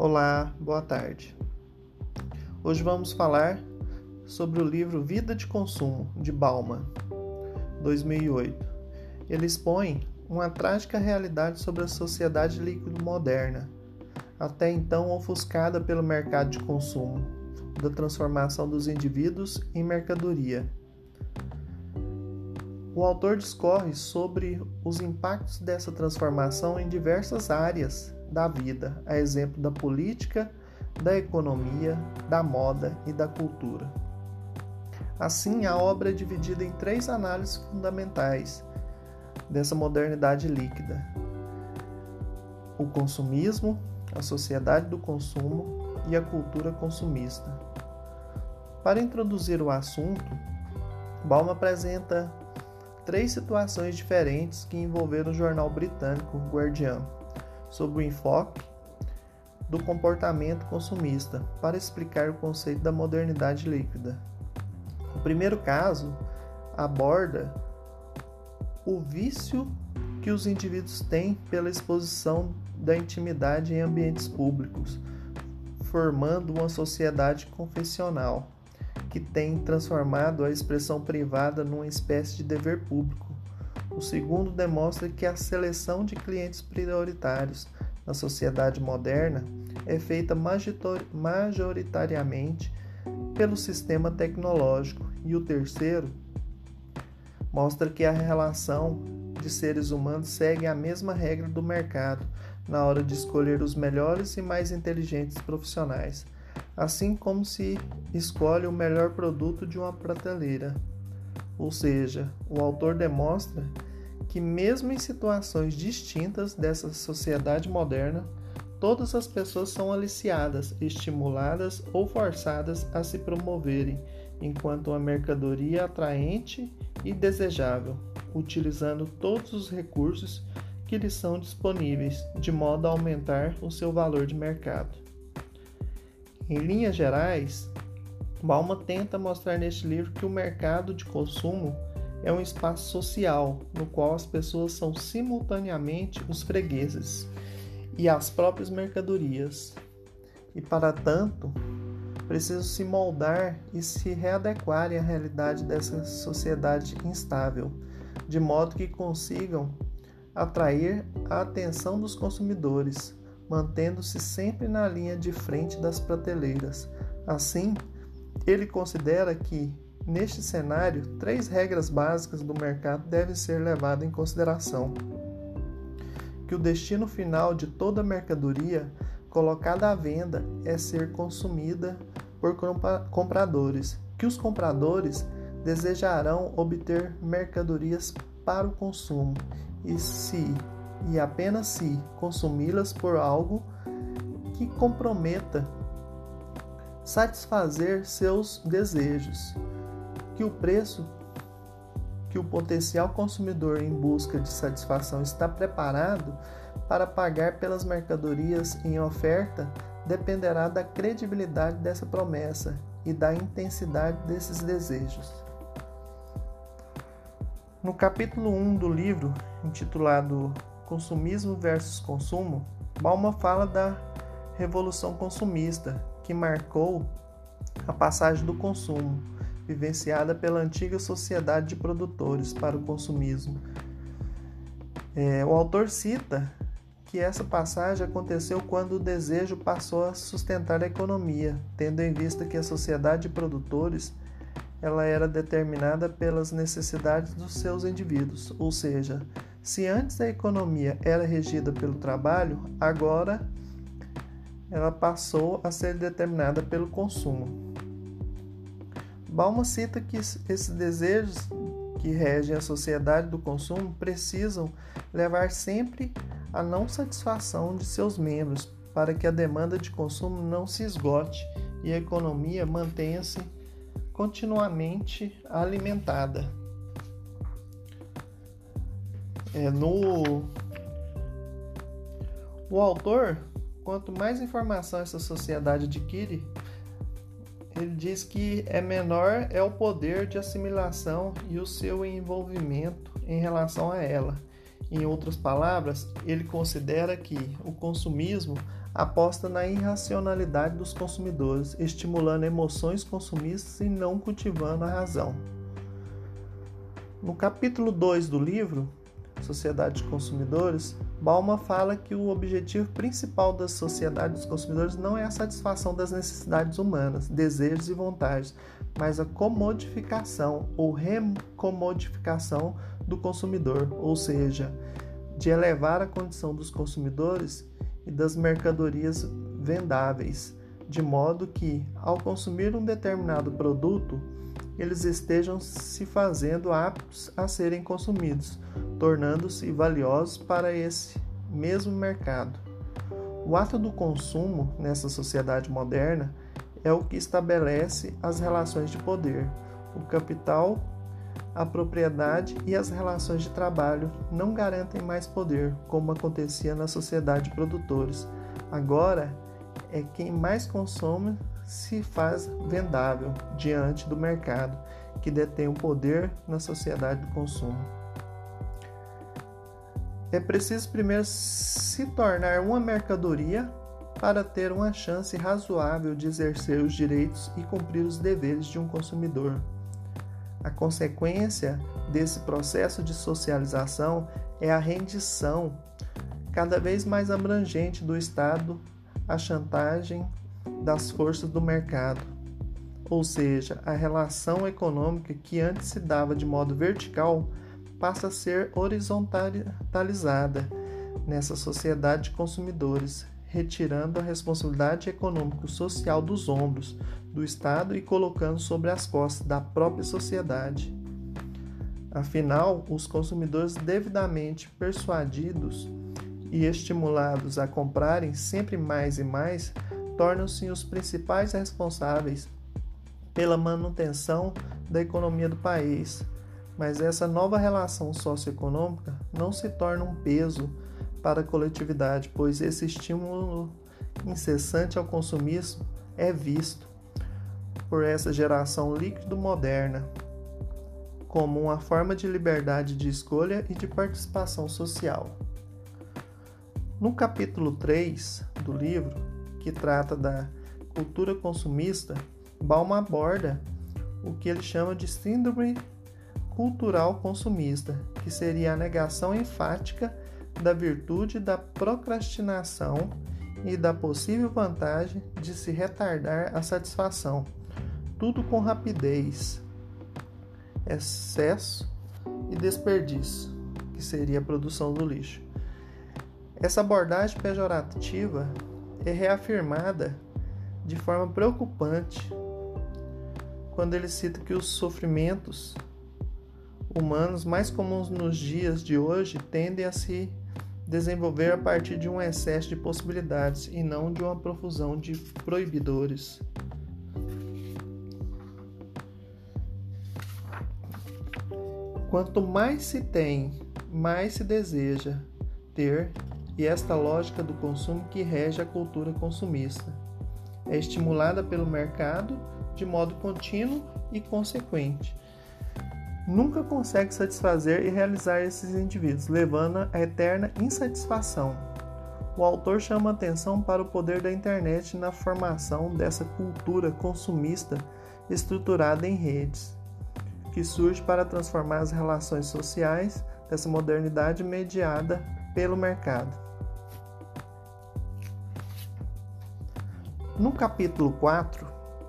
Olá, boa tarde. Hoje vamos falar sobre o livro Vida de Consumo, de Bauman, 2008. Ele expõe uma trágica realidade sobre a sociedade líquida moderna, até então ofuscada pelo mercado de consumo, da transformação dos indivíduos em mercadoria. O autor discorre sobre os impactos dessa transformação em diversas áreas da vida, a exemplo da política, da economia, da moda e da cultura. Assim, a obra é dividida em 3 análises fundamentais dessa modernidade líquida: o consumismo, a sociedade do consumo e a cultura consumista. Para introduzir o assunto, Bauman apresenta 3 situações diferentes que envolveram o jornal britânico Guardian sobre o enfoque do comportamento consumista para explicar o conceito da modernidade líquida. O primeiro caso aborda o vício que os indivíduos têm pela exposição da intimidade em ambientes públicos, formando uma sociedade confessional que tem transformado a expressão privada numa espécie de dever público. O segundo demonstra que a seleção de clientes prioritários na sociedade moderna é feita majoritariamente pelo sistema tecnológico. E o terceiro mostra que a relação de seres humanos segue a mesma regra do mercado na hora de escolher os melhores e mais inteligentes profissionais, assim como se escolhe o melhor produto de uma prateleira. Ou seja, o autor demonstra que mesmo em situações distintas dessa sociedade moderna, todas as pessoas são aliciadas, estimuladas ou forçadas a se promoverem enquanto uma mercadoria atraente e desejável, utilizando todos os recursos que lhes são disponíveis, de modo a aumentar o seu valor de mercado. Em linhas gerais, Bauman tenta mostrar neste livro que o mercado de consumo é um espaço social no qual as pessoas são simultaneamente os fregueses e as próprias mercadorias, e para tanto precisam se moldar e se readequarem à realidade dessa sociedade instável, de modo que consigam atrair a atenção dos consumidores, mantendo-se sempre na linha de frente das prateleiras. Assim, ele considera que, neste cenário, 3 regras básicas do mercado devem ser levadas em consideração: que o destino final de toda mercadoria colocada à venda é ser consumida por compradores, que os compradores desejarão obter mercadorias para o consumo e apenas se consumi-las por algo que comprometa satisfazer seus desejos, que o preço que o potencial consumidor em busca de satisfação está preparado para pagar pelas mercadorias em oferta dependerá da credibilidade dessa promessa e da intensidade desses desejos. No capítulo 1 do livro, intitulado Consumismo versus Consumo, Bauman fala da Revolução Consumista, que marcou a passagem do consumo, vivenciada pela antiga sociedade de produtores para o consumismo. O autor cita que essa passagem aconteceu quando o desejo passou a sustentar a economia, tendo em vista que a sociedade de produtores ela era determinada pelas necessidades dos seus indivíduos, ou seja, se antes a economia era regida pelo trabalho, agora ela passou a ser determinada pelo consumo. Bauman cita que esses desejos que regem a sociedade do consumo precisam levar sempre à não satisfação de seus membros para que a demanda de consumo não se esgote e a economia mantenha-se continuamente alimentada. O autor, quanto mais informação essa sociedade adquire, ele diz que menor é o poder de assimilação e o seu envolvimento em relação a ela. Em outras palavras, ele considera que o consumismo aposta na irracionalidade dos consumidores, estimulando emoções consumistas e não cultivando a razão. No capítulo 2 do livro, Sociedade de Consumidores, Bauman fala que o objetivo principal da sociedade dos consumidores não é a satisfação das necessidades humanas, desejos e vontades, mas a comodificação ou recomodificação do consumidor, ou seja, de elevar a condição dos consumidores e das mercadorias vendáveis, de modo que, ao consumir um determinado produto, eles estejam se fazendo aptos a serem consumidos, tornando-se valiosos para esse mesmo mercado. O ato do consumo, nessa sociedade moderna, é o que estabelece as relações de poder. O capital, a propriedade e as relações de trabalho não garantem mais poder, como acontecia na sociedade de produtores. Agora, é quem mais consome se faz vendável diante do mercado, que detém o poder na sociedade do consumo. É preciso primeiro se tornar uma mercadoria para ter uma chance razoável de exercer os direitos e cumprir os deveres de um consumidor. A consequência desse processo de socialização é a rendição cada vez mais abrangente do Estado à chantagem das forças do mercado, ou seja, a relação econômica que antes se dava de modo vertical passa a ser horizontalizada nessa sociedade de consumidores, retirando a responsabilidade econômico-social dos ombros do Estado e colocando sobre as costas da própria sociedade. Afinal, os consumidores devidamente persuadidos e estimulados a comprarem sempre mais e mais tornam-se os principais responsáveis pela manutenção da economia do país. Mas essa nova relação socioeconômica não se torna um peso para a coletividade, pois esse estímulo incessante ao consumismo é visto por essa geração líquido-moderna como uma forma de liberdade de escolha e de participação social. No capítulo 3 do livro, que trata da cultura consumista, Bauman aborda o que ele chama de síndrome cultural consumista, que seria a negação enfática da virtude da procrastinação e da possível vantagem de se retardar a satisfação, tudo com rapidez, excesso e desperdício, que seria a produção do lixo. Essa abordagem pejorativa é reafirmada de forma preocupante quando ele cita que os sofrimentos humanos mais comuns nos dias de hoje tendem a se desenvolver a partir de um excesso de possibilidades e não de uma profusão de proibidores. Quanto mais se tem, mais se deseja ter, e esta lógica do consumo que rege a cultura consumista é estimulada pelo mercado de modo contínuo e consequente. Nunca consegue satisfazer e realizar esses indivíduos, levando à eterna insatisfação. O autor chama atenção para o poder da internet na formação dessa cultura consumista estruturada em redes, que surge para transformar as relações sociais dessa modernidade mediada pelo mercado. No capítulo 4,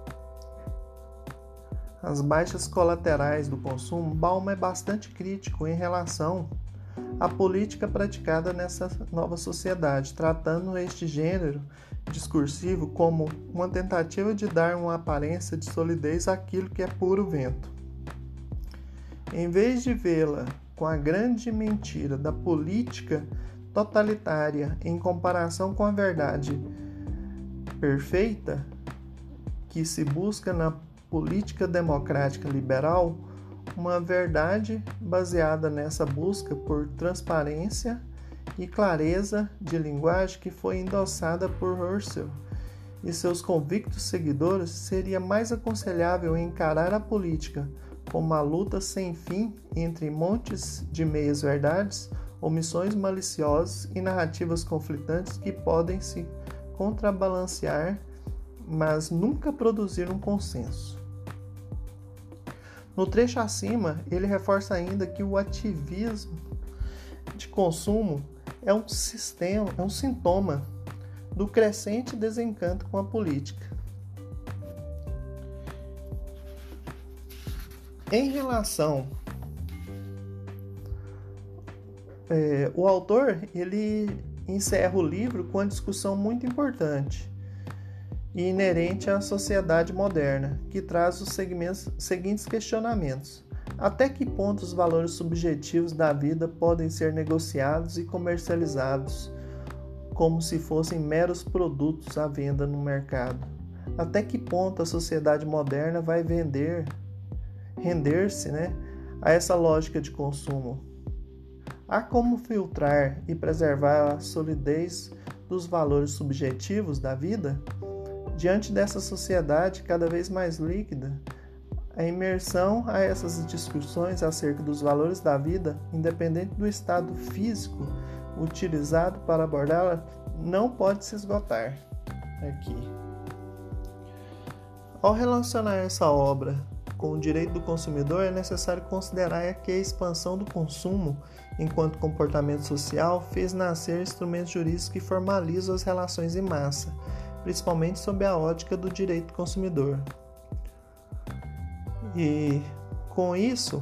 as baixas colaterais do consumo, Bauman é bastante crítico em relação à política praticada nessa nova sociedade, tratando este gênero discursivo como uma tentativa de dar uma aparência de solidez àquilo que é puro vento. Em vez de vê-la com a grande mentira da política totalitária em comparação com a verdade perfeita que se busca na política democrática liberal, uma verdade baseada nessa busca por transparência e clareza de linguagem que foi endossada por Husserl e seus convictos seguidores, seria mais aconselhável encarar a política como uma luta sem fim entre montes de meias-verdades, omissões maliciosas e narrativas conflitantes que podem se contrabalancear, mas nunca produzir um consenso. No trecho acima, ele reforça ainda que o ativismo de consumo é um sintoma do crescente desencanto com a política. Em relação, o autor ele encerra o livro com uma discussão muito importante e inerente à sociedade moderna, que traz os seguintes questionamentos. Até que ponto os valores subjetivos da vida podem ser negociados e comercializados como se fossem meros produtos à venda no mercado? Até que ponto a sociedade moderna vai render-se, a essa lógica de consumo? Há como filtrar e preservar a solidez dos valores subjetivos da vida? Diante dessa sociedade cada vez mais líquida, a imersão a essas discussões acerca dos valores da vida, independente do estado físico utilizado para abordá-la, não pode se esgotar aqui. Ao relacionar essa obra com o direito do consumidor, é necessário considerar que a expansão do consumo enquanto comportamento social fez nascer instrumentos jurídicos que formalizam as relações em massa, principalmente sob a ótica do direito do consumidor. E com isso,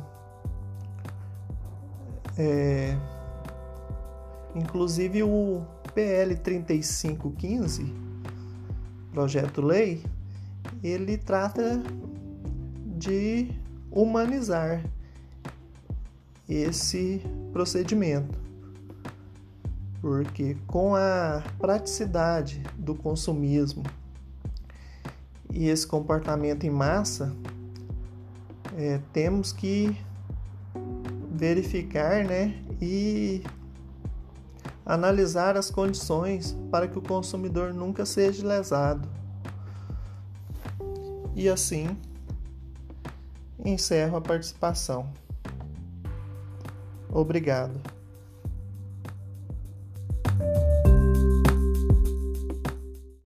inclusive o PL 3515, projeto-lei, ele trata de humanizar esse procedimento, porque com a praticidade do consumismo e esse comportamento em massa, temos que verificar, e analisar as condições para que o consumidor nunca seja lesado. E assim, encerro a participação. Obrigado.